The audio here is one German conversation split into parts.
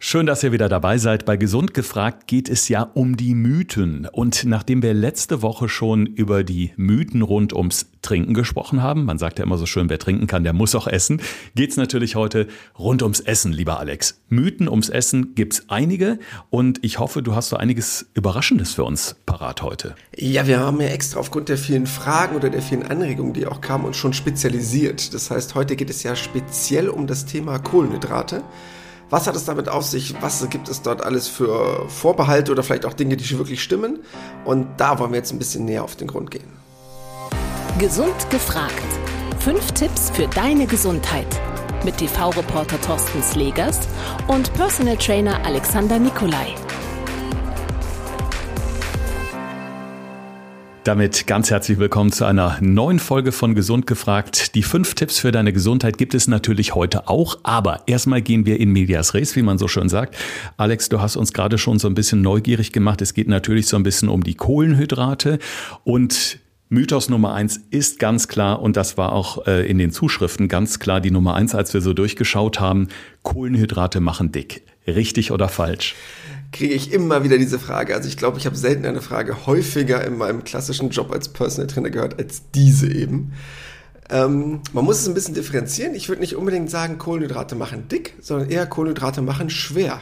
Schön, dass ihr wieder dabei seid. Bei Gesund gefragt geht es ja um die Mythen. Und nachdem wir letzte Woche schon über die Mythen rund ums Trinken gesprochen haben, man sagt ja immer so schön, wer trinken kann, der muss auch essen, geht es natürlich heute rund ums Essen, lieber Alex. Mythen ums Essen gibt's einige und ich hoffe, du hast so einiges Überraschendes für uns parat heute. Ja, wir haben ja extra aufgrund der vielen Fragen oder der vielen Anregungen, die auch kamen, uns schon spezialisiert. Das heißt, heute geht es ja speziell um das Thema Kohlenhydrate. Was hat es damit auf sich? Was gibt es dort alles für Vorbehalte oder vielleicht auch Dinge, die wirklich stimmen? Und da wollen wir jetzt ein bisschen näher auf den Grund gehen. Gesund gefragt. 5 Tipps für deine Gesundheit. Mit TV-Reporter Thorsten Slegers und Personal Trainer Alexander Nikolai. Damit ganz herzlich willkommen zu einer neuen Folge von Gesund gefragt. Die 5 Tipps für deine Gesundheit gibt es natürlich heute auch, aber erstmal gehen wir in medias res, wie man so schön sagt. Alex, du hast uns gerade schon so ein bisschen neugierig gemacht. Es geht natürlich so ein bisschen um die Kohlenhydrate und Mythos Nummer 1 ist ganz klar, und das war auch in den Zuschriften ganz klar die Nummer 1, als wir so durchgeschaut haben, Kohlenhydrate machen dick. Richtig oder falsch? Kriege ich immer wieder diese Frage. Also ich glaube, ich habe selten eine Frage häufiger in meinem klassischen Job als Personal Trainer gehört als diese eben. Man muss es ein bisschen differenzieren. Ich würde nicht unbedingt sagen, Kohlenhydrate machen dick, sondern eher Kohlenhydrate machen schwer.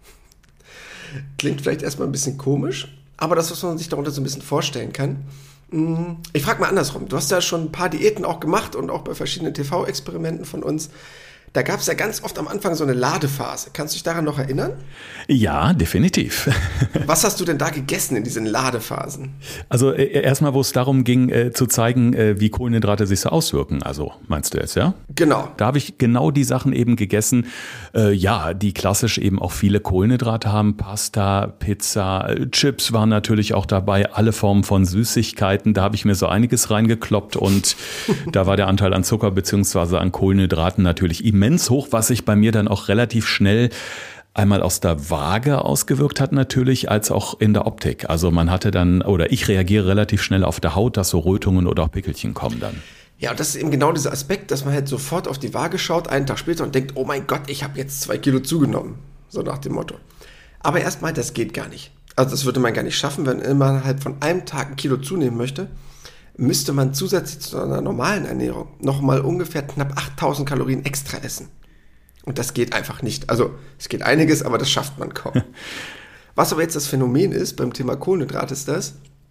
Klingt vielleicht erstmal ein bisschen komisch, aber das, was man sich darunter so ein bisschen vorstellen kann. Ich frage mal andersrum. Du hast ja schon ein paar Diäten auch gemacht und auch bei verschiedenen TV-Experimenten von uns. Da gab es ja ganz oft am Anfang so eine Ladephase. Kannst du dich daran noch erinnern? Ja, definitiv. Was hast du denn da gegessen in diesen Ladephasen? Also erstmal, wo es darum ging, zu zeigen, wie Kohlenhydrate sich so auswirken. Also meinst du jetzt, ja? Genau. Da habe ich genau die Sachen eben gegessen, die klassisch eben auch viele Kohlenhydrate haben. Pasta, Pizza, Chips waren natürlich auch dabei, alle Formen von Süßigkeiten. Da habe ich mir so einiges reingekloppt und da war der Anteil an Zucker bzw. an Kohlenhydraten natürlich immens hoch, was sich bei mir dann auch relativ schnell einmal aus der Waage ausgewirkt hat natürlich, als auch in der Optik. Also man hatte dann, oder ich reagiere relativ schnell auf der Haut, dass so Rötungen oder auch Pickelchen kommen dann. Ja, und das ist eben genau dieser Aspekt, dass man halt sofort auf die Waage schaut, einen Tag später und denkt, oh mein Gott, ich habe jetzt 2 Kilo zugenommen. So nach dem Motto. Aber erstmal, das geht gar nicht. Also das würde man gar nicht schaffen, wenn man innerhalb von einem Tag 1 Kilo zunehmen möchte, müsste man zusätzlich zu einer normalen Ernährung nochmal ungefähr knapp 8000 Kalorien extra essen. Und das geht einfach nicht. Also es geht einiges, aber das schafft man kaum. Was aber jetzt das Phänomen ist beim Thema Kohlenhydrate ist das,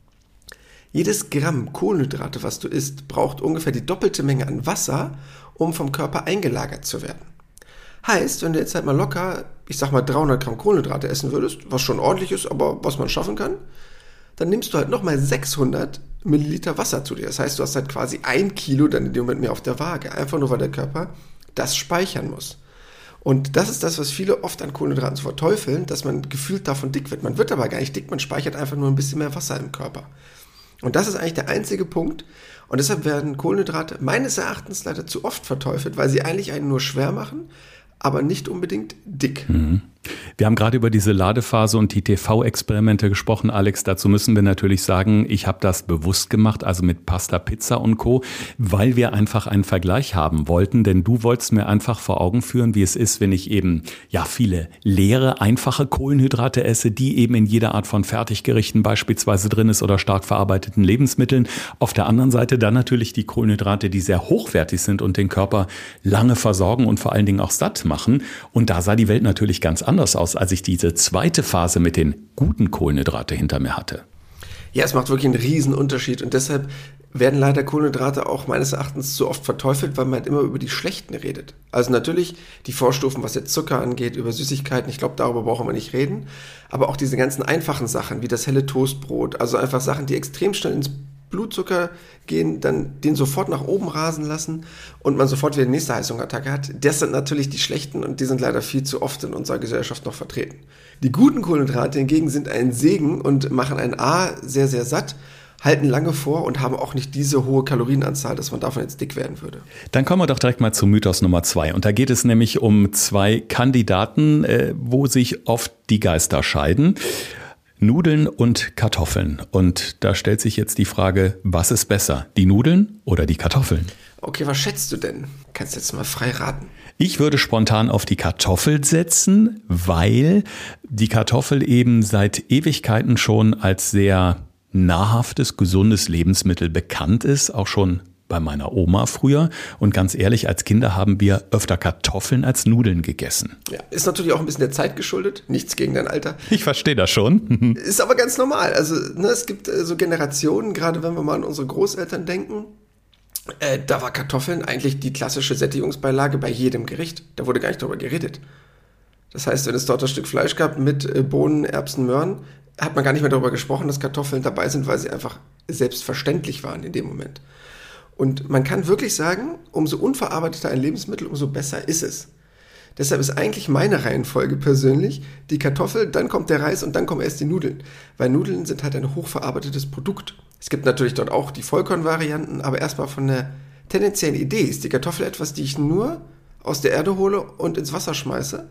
jedes Gramm Kohlenhydrate, was du isst, braucht ungefähr die doppelte Menge an Wasser, um vom Körper eingelagert zu werden. Heißt, wenn du jetzt halt mal locker, ich sag mal 300 Gramm Kohlenhydrate essen würdest, was schon ordentlich ist, aber was man schaffen kann, dann nimmst du halt nochmal 600 Milliliter Wasser zu dir. Das heißt, du hast halt quasi 1 Kilo dann in dem Moment mehr auf der Waage. Einfach nur, weil der Körper das speichern muss. Und das ist das, was viele oft an Kohlenhydraten so verteufeln, dass man gefühlt davon dick wird. Man wird aber gar nicht dick, man speichert einfach nur ein bisschen mehr Wasser im Körper. Und das ist eigentlich der einzige Punkt. Und deshalb werden Kohlenhydrate meines Erachtens leider zu oft verteufelt, weil sie eigentlich einen nur schwer machen, aber nicht unbedingt dick. Wir haben gerade über diese Ladephase und die TV-Experimente gesprochen, Alex. Dazu müssen wir natürlich sagen, ich habe das bewusst gemacht, also mit Pasta, Pizza und Co., weil wir einfach einen Vergleich haben wollten. Denn du wolltest mir einfach vor Augen führen, wie es ist, wenn ich eben viele leere, einfache Kohlenhydrate esse, die eben in jeder Art von Fertiggerichten beispielsweise drin ist oder stark verarbeiteten Lebensmitteln. Auf der anderen Seite dann natürlich die Kohlenhydrate, die sehr hochwertig sind und den Körper lange versorgen und vor allen Dingen auch satt machen. Und da sah die Welt natürlich ganz anders aus, als ich diese zweite Phase mit den guten Kohlenhydrate hinter mir hatte. Ja, es macht wirklich einen riesen Unterschied und deshalb werden leider Kohlenhydrate auch meines Erachtens so oft verteufelt, weil man halt immer über die schlechten redet. Also natürlich die Vorstufen, was jetzt Zucker angeht, über Süßigkeiten, ich glaube, darüber brauchen wir nicht reden, aber auch diese ganzen einfachen Sachen, wie das helle Toastbrot, also einfach Sachen, die extrem schnell ins Blutzucker gehen, dann den sofort nach oben rasen lassen und man sofort wieder die nächste Heißhungerattacke hat. Das sind natürlich die schlechten und die sind leider viel zu oft in unserer Gesellschaft noch vertreten. Die guten Kohlenhydrate hingegen sind ein Segen und machen einen A sehr, sehr satt, halten lange vor und haben auch nicht diese hohe Kalorienanzahl, dass man davon jetzt dick werden würde. Dann kommen wir doch direkt mal zu Mythos Nummer 2. Und da geht es nämlich um 2 Kandidaten, wo sich oft die Geister scheiden. Nudeln und Kartoffeln. Und da stellt sich jetzt die Frage, was ist besser, die Nudeln oder die Kartoffeln? Okay, was schätzt du denn? Kannst jetzt mal frei raten. Ich würde spontan auf die Kartoffel setzen, weil die Kartoffel eben seit Ewigkeiten schon als sehr nahrhaftes, gesundes Lebensmittel bekannt ist, auch schon bei meiner Oma früher. Und ganz ehrlich, als Kinder haben wir öfter Kartoffeln als Nudeln gegessen. Ja, ist natürlich auch ein bisschen der Zeit geschuldet. Nichts gegen dein Alter. Ich verstehe das schon. Ist aber ganz normal. Also es gibt so Generationen, gerade wenn wir mal an unsere Großeltern denken, da war Kartoffeln eigentlich die klassische Sättigungsbeilage bei jedem Gericht. Da wurde gar nicht drüber geredet. Das heißt, wenn es dort ein Stück Fleisch gab mit Bohnen, Erbsen, Möhren, hat man gar nicht mehr darüber gesprochen, dass Kartoffeln dabei sind, weil sie einfach selbstverständlich waren in dem Moment. Und man kann wirklich sagen, umso unverarbeiteter ein Lebensmittel, umso besser ist es. Deshalb ist eigentlich meine Reihenfolge persönlich die Kartoffel, dann kommt der Reis und dann kommen erst die Nudeln. Weil Nudeln sind halt ein hochverarbeitetes Produkt. Es gibt natürlich dort auch die Vollkornvarianten, aber erstmal von der tendenziellen Idee ist die Kartoffel etwas, die ich nur aus der Erde hole und ins Wasser schmeiße.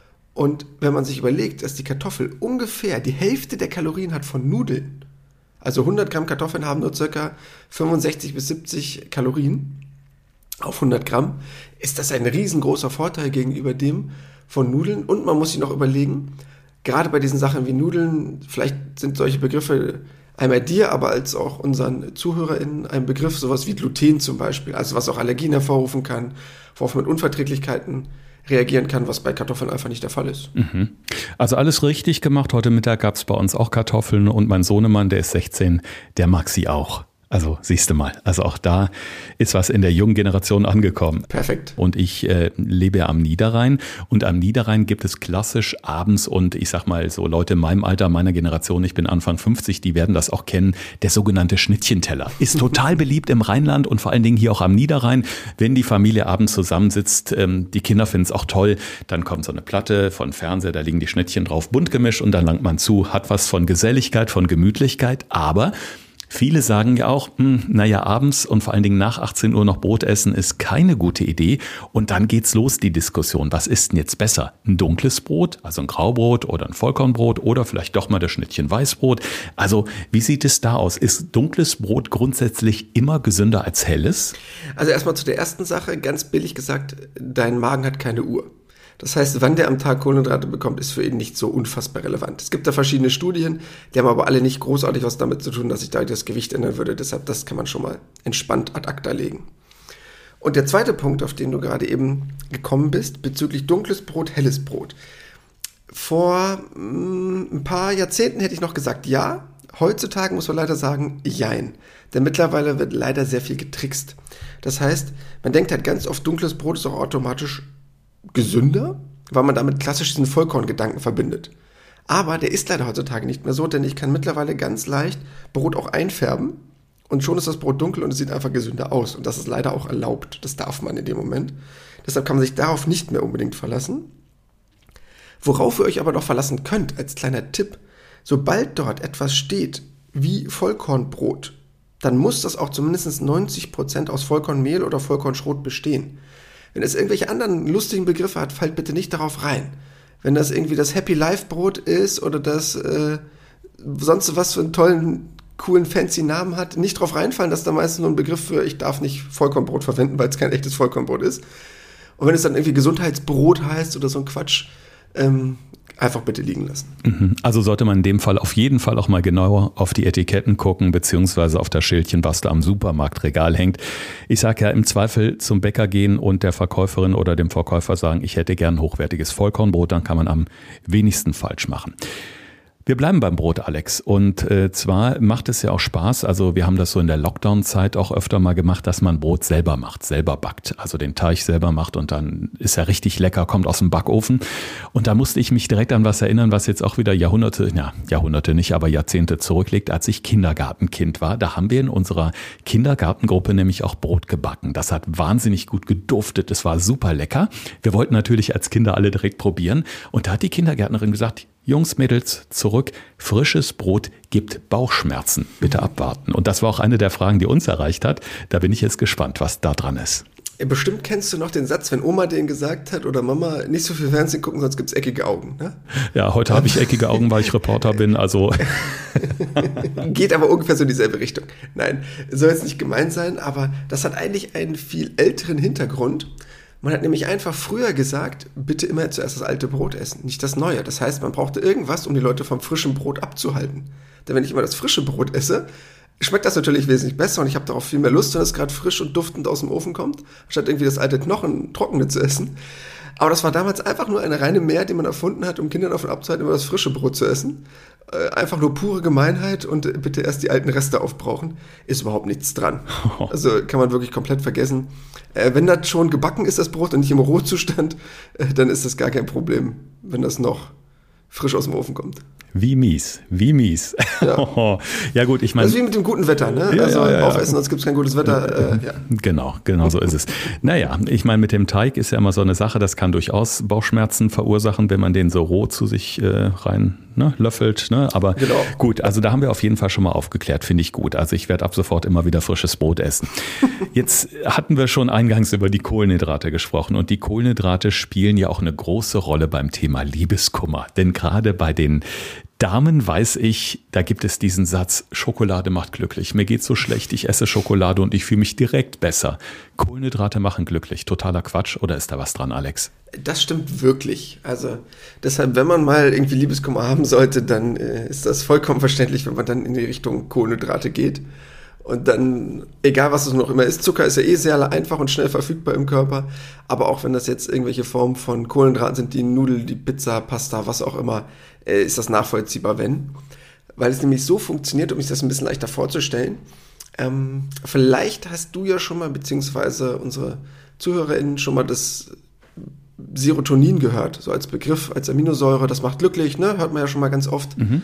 Und wenn man sich überlegt, dass die Kartoffel ungefähr die Hälfte der Kalorien hat von Nudeln, also 100 Gramm Kartoffeln haben nur ca. 65 bis 70 Kalorien auf 100 Gramm, ist das ein riesengroßer Vorteil gegenüber dem von Nudeln. Und man muss sich noch überlegen, gerade bei diesen Sachen wie Nudeln, vielleicht sind solche Begriffe einmal dir, aber als auch unseren ZuhörerInnen ein Begriff, sowas wie Gluten zum Beispiel, also was auch Allergien hervorrufen kann, worauf man mit Unverträglichkeiten reagieren kann, was bei Kartoffeln einfach nicht der Fall ist. Also alles richtig gemacht. Heute Mittag gab es bei uns auch Kartoffeln und mein Sohnemann, der ist 16, der mag sie auch. Also siehst du mal, also auch da ist was in der jungen Generation angekommen. Perfekt. Und ich lebe ja am Niederrhein und am Niederrhein gibt es klassisch abends und ich sag mal so Leute in meinem Alter, meiner Generation, ich bin Anfang 50, die werden das auch kennen, der sogenannte Schnittchenteller. Ist total beliebt im Rheinland und vor allen Dingen hier auch am Niederrhein. Wenn die Familie abends zusammensitzt, die Kinder finden es auch toll, dann kommt so eine Platte von Fernseher, da liegen die Schnittchen drauf, bunt gemischt und dann langt man zu, hat was von Geselligkeit, von Gemütlichkeit, aber viele sagen ja auch, abends und vor allen Dingen nach 18 Uhr noch Brot essen ist keine gute Idee. Und dann geht's los, die Diskussion. Was ist denn jetzt besser? Ein dunkles Brot, also ein Graubrot oder ein Vollkornbrot oder vielleicht doch mal das Schnittchen Weißbrot? Also wie sieht es da aus? Ist dunkles Brot grundsätzlich immer gesünder als helles? Also erstmal zu der ersten Sache, ganz billig gesagt, dein Magen hat keine Uhr. Das heißt, wann der am Tag Kohlenhydrate bekommt, ist für ihn nicht so unfassbar relevant. Es gibt da verschiedene Studien, die haben aber alle nicht großartig was damit zu tun, dass sich da das Gewicht ändern würde. Deshalb, das kann man schon mal entspannt ad acta legen. Und der zweite Punkt, auf den du gerade eben gekommen bist, bezüglich dunkles Brot, helles Brot. Vor ein paar Jahrzehnten hätte ich noch gesagt, ja. Heutzutage muss man leider sagen, jein. Denn mittlerweile wird leider sehr viel getrickst. Das heißt, man denkt halt ganz oft, dunkles Brot ist auch automatisch gesünder, weil man damit klassisch diesen Vollkorngedanken verbindet. Aber der ist leider heutzutage nicht mehr so, denn ich kann mittlerweile ganz leicht Brot auch einfärben und schon ist das Brot dunkel und es sieht einfach gesünder aus. Und das ist leider auch erlaubt. Das darf man in dem Moment. Deshalb kann man sich darauf nicht mehr unbedingt verlassen. Worauf ihr euch aber noch verlassen könnt, als kleiner Tipp, sobald dort etwas steht wie Vollkornbrot, dann muss das auch zumindest 90% aus Vollkornmehl oder Vollkornschrot bestehen. Wenn es irgendwelche anderen lustigen Begriffe hat, fallt bitte nicht darauf rein. Wenn das irgendwie das Happy Life Brot ist oder das sonst was für einen tollen, coolen, fancy Namen hat, nicht drauf reinfallen, dass da meistens nur ein Begriff für ich darf nicht Vollkornbrot verwenden, weil es kein echtes Vollkornbrot ist. Und wenn es dann irgendwie Gesundheitsbrot heißt oder so ein Quatsch, einfach bitte liegen lassen. Also sollte man in dem Fall auf jeden Fall auch mal genauer auf die Etiketten gucken, beziehungsweise auf das Schildchen, was da am Supermarktregal hängt. Ich sage ja, im Zweifel zum Bäcker gehen und der Verkäuferin oder dem Verkäufer sagen, ich hätte gern hochwertiges Vollkornbrot, dann kann man am wenigsten falsch machen. Wir bleiben beim Brot, Alex. Und zwar macht es ja auch Spaß. Also wir haben das so in der Lockdown-Zeit auch öfter mal gemacht, dass man Brot selber macht, selber backt. Also den Teig selber macht und dann ist er richtig lecker, kommt aus dem Backofen. Und da musste ich mich direkt an was erinnern, was jetzt auch wieder Jahrhunderte nicht, aber Jahrzehnte zurückliegt, als ich Kindergartenkind war. Da haben wir in unserer Kindergartengruppe nämlich auch Brot gebacken. Das hat wahnsinnig gut geduftet. Es war super lecker. Wir wollten natürlich als Kinder alle direkt probieren. Und da hat die Kindergärtnerin gesagt, Jungs, Mädels, zurück. Frisches Brot gibt Bauchschmerzen. Bitte abwarten. Und das war auch eine der Fragen, die uns erreicht hat. Da bin ich jetzt gespannt, was da dran ist. Bestimmt kennst du noch den Satz, wenn Oma den gesagt hat oder Mama, nicht so viel Fernsehen gucken, sonst gibt's eckige Augen. Ne? Ja, heute habe ich eckige Augen, weil ich Reporter bin, also. Geht aber ungefähr so in dieselbe Richtung. Nein, soll jetzt nicht gemein sein, aber das hat eigentlich einen viel älteren Hintergrund. Man hat nämlich einfach früher gesagt, bitte immer zuerst das alte Brot essen, nicht das neue. Das heißt, man brauchte irgendwas, um die Leute vom frischen Brot abzuhalten. Denn wenn ich immer das frische Brot esse, schmeckt das natürlich wesentlich besser und ich habe darauf viel mehr Lust, wenn es gerade frisch und duftend aus dem Ofen kommt, statt irgendwie das alte Trockene zu essen. Aber das war damals einfach nur eine reine Mehr, die man erfunden hat, um Kindern davon abzuhalten, immer das frische Brot zu essen. Einfach nur pure Gemeinheit und bitte erst die alten Reste aufbrauchen. Ist überhaupt nichts dran. Also kann man wirklich komplett vergessen. Wenn das schon gebacken ist, das Brot, und nicht im Rohzustand, dann ist das gar kein Problem, wenn das noch frisch aus dem Ofen kommt. Wie mies. Ja, ja gut, ich meine... Das ist wie mit dem guten Wetter, ne? Ja, also ja. Aufessen, sonst gibt es kein gutes Wetter. Ja. Genau so ist es. Naja, ich meine, mit dem Teig ist ja immer so eine Sache, das kann durchaus Bauchschmerzen verursachen, wenn man den so roh zu sich rein löffelt. Ne? Aber genau. Gut, also da haben wir auf jeden Fall schon mal aufgeklärt, finde ich gut. Also ich werde ab sofort immer wieder frisches Brot essen. Jetzt hatten wir schon eingangs über die Kohlenhydrate gesprochen und die Kohlenhydrate spielen ja auch eine große Rolle beim Thema Liebeskummer. Denn gerade bei den Damen weiß ich, da gibt es diesen Satz, Schokolade macht glücklich. Mir geht's so schlecht, ich esse Schokolade und ich fühle mich direkt besser. Kohlenhydrate machen glücklich. Totaler Quatsch, oder ist da was dran, Alex? Das stimmt wirklich. Also deshalb, wenn man mal irgendwie Liebeskummer haben sollte, dann ist das vollkommen verständlich, wenn man dann in die Richtung Kohlenhydrate geht. Und dann, egal was es noch immer ist, Zucker ist ja sehr einfach und schnell verfügbar im Körper. Aber auch wenn das jetzt irgendwelche Formen von Kohlenhydraten sind, die Nudeln, die Pizza, Pasta, was auch immer, ist das nachvollziehbar, wenn. Weil es nämlich so funktioniert, um sich das ein bisschen leichter vorzustellen. Vielleicht hast du ja schon mal, beziehungsweise unsere ZuhörerInnen schon mal das Serotonin gehört, so als Begriff, als Aminosäure, das macht glücklich, ne? Hört man ja schon mal ganz oft. Mhm.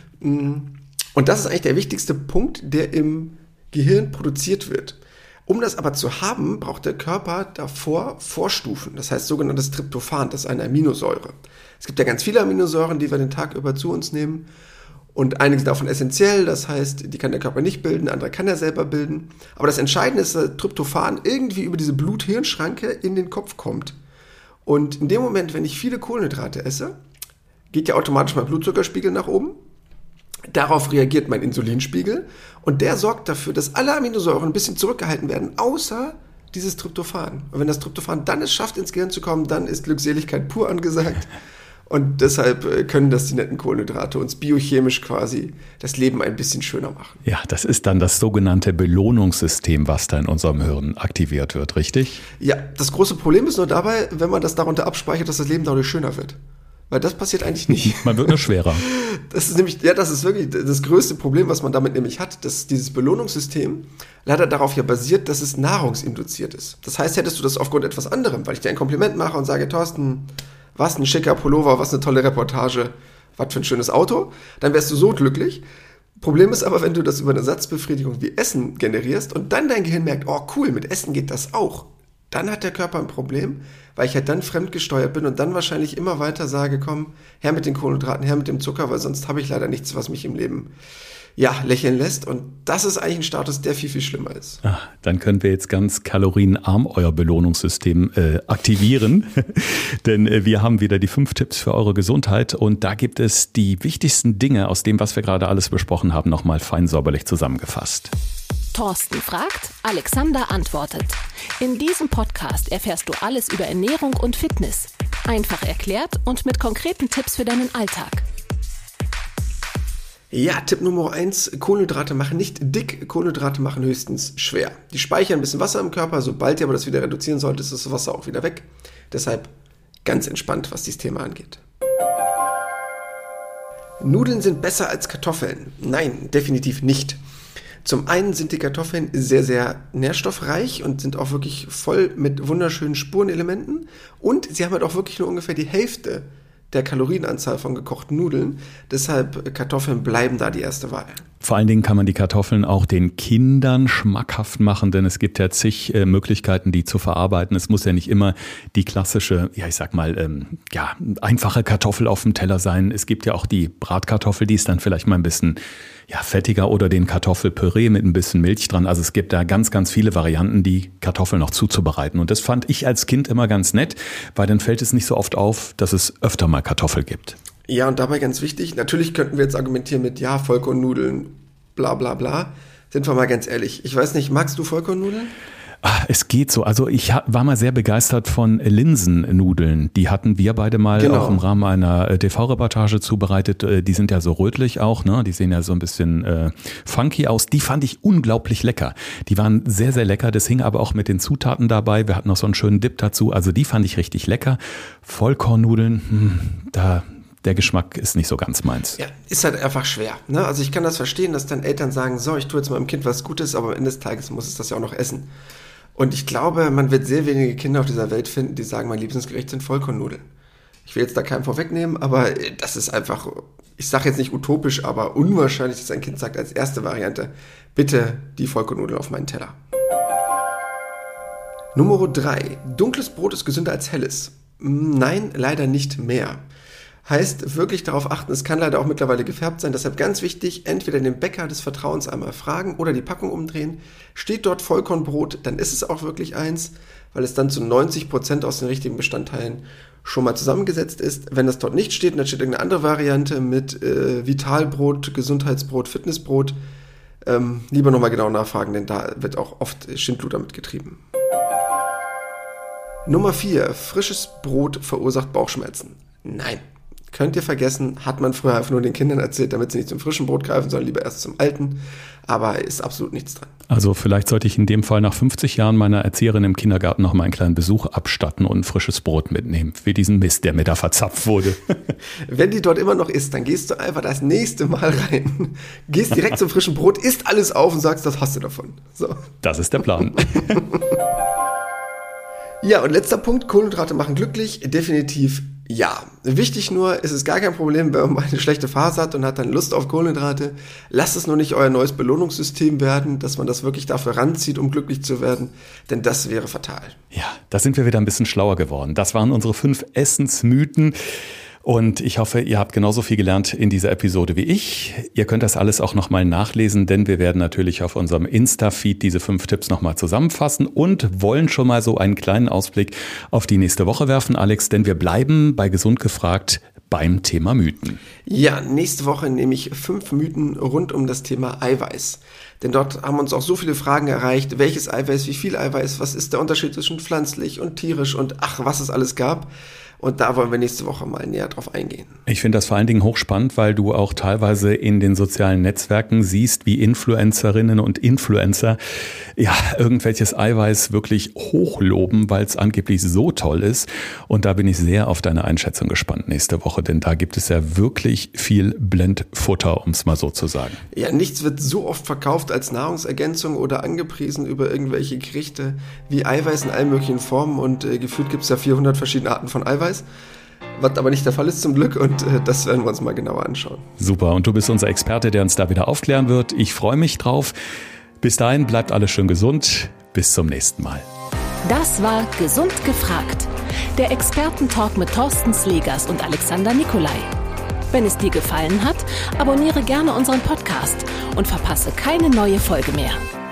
Und das ist eigentlich der wichtigste Punkt, der im Gehirn produziert wird. Um das aber zu haben, braucht der Körper davor Vorstufen, das heißt sogenanntes Tryptophan, das ist eine Aminosäure. Es gibt ja ganz viele Aminosäuren, die wir den Tag über zu uns nehmen und einige sind davon essentiell, das heißt, die kann der Körper nicht bilden, andere kann er selber bilden. Aber das Entscheidende ist, dass Tryptophan irgendwie über diese Blut-Hirn-Schranke in den Kopf kommt. Und in dem Moment, wenn ich viele Kohlenhydrate esse, geht ja automatisch mein Blutzuckerspiegel nach oben. Darauf reagiert mein Insulinspiegel und der sorgt dafür, dass alle Aminosäuren ein bisschen zurückgehalten werden, außer dieses Tryptophan. Und wenn das Tryptophan dann es schafft, ins Gehirn zu kommen, dann ist Glückseligkeit pur angesagt. Und deshalb können das die netten Kohlenhydrate uns biochemisch quasi das Leben ein bisschen schöner machen. Ja, das ist dann das sogenannte Belohnungssystem, was da in unserem Hirn aktiviert wird, richtig? Ja, das große Problem ist nur dabei, wenn man das darunter abspeichert, dass das Leben dadurch schöner wird. Weil das passiert eigentlich nicht. Man wird nur schwerer. Das ist nämlich, ja, das ist wirklich das größte Problem, was man damit nämlich hat, dass dieses Belohnungssystem leider darauf ja basiert, dass es nahrungsinduziert ist. Das heißt, hättest du das aufgrund etwas anderem, weil ich dir ein Kompliment mache und sage, Thorsten, was ein schicker Pullover, was eine tolle Reportage, was für ein schönes Auto, dann wärst du so glücklich. Problem ist aber, wenn du das über eine Satzbefriedigung wie Essen generierst und dann dein Gehirn merkt, oh cool, mit Essen geht das auch. Dann hat der Körper ein Problem, weil ich halt dann fremdgesteuert bin und dann wahrscheinlich immer weiter sage, komm, her mit den Kohlenhydraten, her mit dem Zucker, weil sonst habe ich leider nichts, was mich im Leben lächeln lässt. Und das ist eigentlich ein Status, der viel, viel schlimmer ist. Ach, dann können wir jetzt ganz kalorienarm euer Belohnungssystem aktivieren. Denn wir haben wieder die 5 Tipps für eure Gesundheit. Und da gibt es die wichtigsten Dinge aus dem, was wir gerade alles besprochen haben, nochmal fein säuberlich zusammengefasst. Thorsten fragt, Alexander antwortet. In diesem Podcast erfährst du alles über Ernährung und Fitness. Einfach erklärt und mit konkreten Tipps für deinen Alltag. Ja, Tipp Nummer 1, Kohlenhydrate machen nicht dick, Kohlenhydrate machen höchstens schwer. Die speichern ein bisschen Wasser im Körper, sobald ihr aber das wieder reduzieren sollt, ist das Wasser auch wieder weg. Deshalb ganz entspannt, was dieses Thema angeht. Nudeln sind besser als Kartoffeln. Nein, definitiv nicht. Zum einen sind die Kartoffeln sehr, sehr nährstoffreich und sind auch wirklich voll mit wunderschönen Spurenelementen. Und sie haben halt auch wirklich nur ungefähr die Hälfte der Kalorienanzahl von gekochten Nudeln. Deshalb Kartoffeln bleiben da die erste Wahl. Vor allen Dingen kann man die Kartoffeln auch den Kindern schmackhaft machen, denn es gibt ja zig Möglichkeiten, die zu verarbeiten. Es muss ja nicht immer die klassische, einfache Kartoffel auf dem Teller sein. Es gibt ja auch die Bratkartoffel, die ist dann vielleicht mal ein bisschen fettiger, oder den Kartoffelpüree mit ein bisschen Milch dran. Also es gibt da ganz, ganz viele Varianten, die Kartoffeln noch zuzubereiten. Und das fand ich als Kind immer ganz nett, weil dann fällt es nicht so oft auf, dass es öfter mal Kartoffel gibt. Ja, und dabei ganz wichtig, natürlich könnten wir jetzt argumentieren mit, Vollkornnudeln, bla bla bla. Sind wir mal ganz ehrlich. Ich weiß nicht, magst du Vollkornnudeln? Es geht so. Also ich war mal sehr begeistert von Linsennudeln. Die hatten wir beide mal auch im Rahmen einer TV-Reportage zubereitet. Die sind ja so rötlich auch, ne? Die sehen ja so ein bisschen funky aus. Die fand ich unglaublich lecker. Die waren sehr, sehr lecker. Das hing aber auch mit den Zutaten dabei. Wir hatten noch so einen schönen Dip dazu. Also die fand ich richtig lecker. Vollkornnudeln, der Geschmack ist nicht so ganz meins. Ja, ist halt einfach schwer. Ne? Also ich kann das verstehen, dass dann Eltern sagen, so, ich tue jetzt meinem Kind was Gutes, aber am Ende des Tages muss es das ja auch noch essen. Und ich glaube, man wird sehr wenige Kinder auf dieser Welt finden, die sagen, mein Lieblingsgericht sind Vollkornnudeln. Ich will jetzt da keinen vorwegnehmen, aber das ist einfach, ich sage jetzt nicht utopisch, aber unwahrscheinlich, dass ein Kind sagt als erste Variante, bitte die Vollkornnudeln auf meinen Teller. Nummer 3. Dunkles Brot ist gesünder als helles. Nein, leider nicht mehr. Heißt, wirklich darauf achten, es kann leider auch mittlerweile gefärbt sein. Deshalb ganz wichtig, entweder den Bäcker des Vertrauens einmal fragen oder die Packung umdrehen. Steht dort Vollkornbrot, dann ist es auch wirklich eins, weil es dann zu 90% aus den richtigen Bestandteilen schon mal zusammengesetzt ist. Wenn das dort nicht steht und dann steht irgendeine andere Variante mit Vitalbrot, Gesundheitsbrot, Fitnessbrot, lieber nochmal genau nachfragen, denn da wird auch oft Schindluder damit getrieben. Nummer 4. Frisches Brot verursacht Bauchschmerzen. Nein. Könnt ihr vergessen, hat man früher einfach nur den Kindern erzählt, damit sie nicht zum frischen Brot greifen, sondern lieber erst zum alten. Aber ist absolut nichts dran. Also vielleicht sollte ich in dem Fall nach 50 Jahren meiner Erzieherin im Kindergarten noch mal einen kleinen Besuch abstatten und ein frisches Brot mitnehmen. Für diesen Mist, der mir da verzapft wurde. Wenn die dort immer noch ist, dann gehst du einfach das nächste Mal rein, gehst direkt zum frischen Brot, isst alles auf und sagst, das hast du davon. So. Das ist der Plan. Ja, und letzter Punkt, Kohlenhydrate machen glücklich, definitiv ja. Wichtig nur, es ist gar kein Problem, wenn man mal eine schlechte Phase hat und hat dann Lust auf Kohlenhydrate. Lasst es nur nicht euer neues Belohnungssystem werden, dass man das wirklich dafür ranzieht, um glücklich zu werden, denn das wäre fatal. Ja, da sind wir wieder ein bisschen schlauer geworden. Das waren unsere 5 Essensmythen. Und ich hoffe, ihr habt genauso viel gelernt in dieser Episode wie ich. Ihr könnt das alles auch nochmal nachlesen, denn wir werden natürlich auf unserem Insta-Feed diese 5 Tipps nochmal zusammenfassen und wollen schon mal so einen kleinen Ausblick auf die nächste Woche werfen, Alex, denn wir bleiben bei Gesund gefragt beim Thema Mythen. Ja, nächste Woche nehme ich 5 Mythen rund um das Thema Eiweiß. Denn dort haben uns auch so viele Fragen erreicht. Welches Eiweiß, wie viel Eiweiß, was ist der Unterschied zwischen pflanzlich und tierisch und was es alles gab. Und da wollen wir nächste Woche mal näher drauf eingehen. Ich finde das vor allen Dingen hochspannend, weil du auch teilweise in den sozialen Netzwerken siehst, wie Influencerinnen und Influencer irgendwelches Eiweiß wirklich hochloben, weil es angeblich so toll ist. Und da bin ich sehr auf deine Einschätzung gespannt nächste Woche, denn da gibt es ja wirklich viel Blendfutter, um es mal so zu sagen. Ja, nichts wird so oft verkauft als Nahrungsergänzung oder angepriesen über irgendwelche Gerichte wie Eiweiß in allen möglichen Formen und gefühlt gibt es ja 400 verschiedene Arten von Eiweiß. Was aber nicht der Fall ist zum Glück und das werden wir uns mal genauer anschauen. Super, und du bist unser Experte, der uns da wieder aufklären wird. Ich freue mich drauf. Bis dahin bleibt alles schön gesund. Bis zum nächsten Mal. Das war Gesund gefragt. Der Expertentalk mit Thorsten Slegers und Alexander Nikolai. Wenn es dir gefallen hat, abonniere gerne unseren Podcast und verpasse keine neue Folge mehr.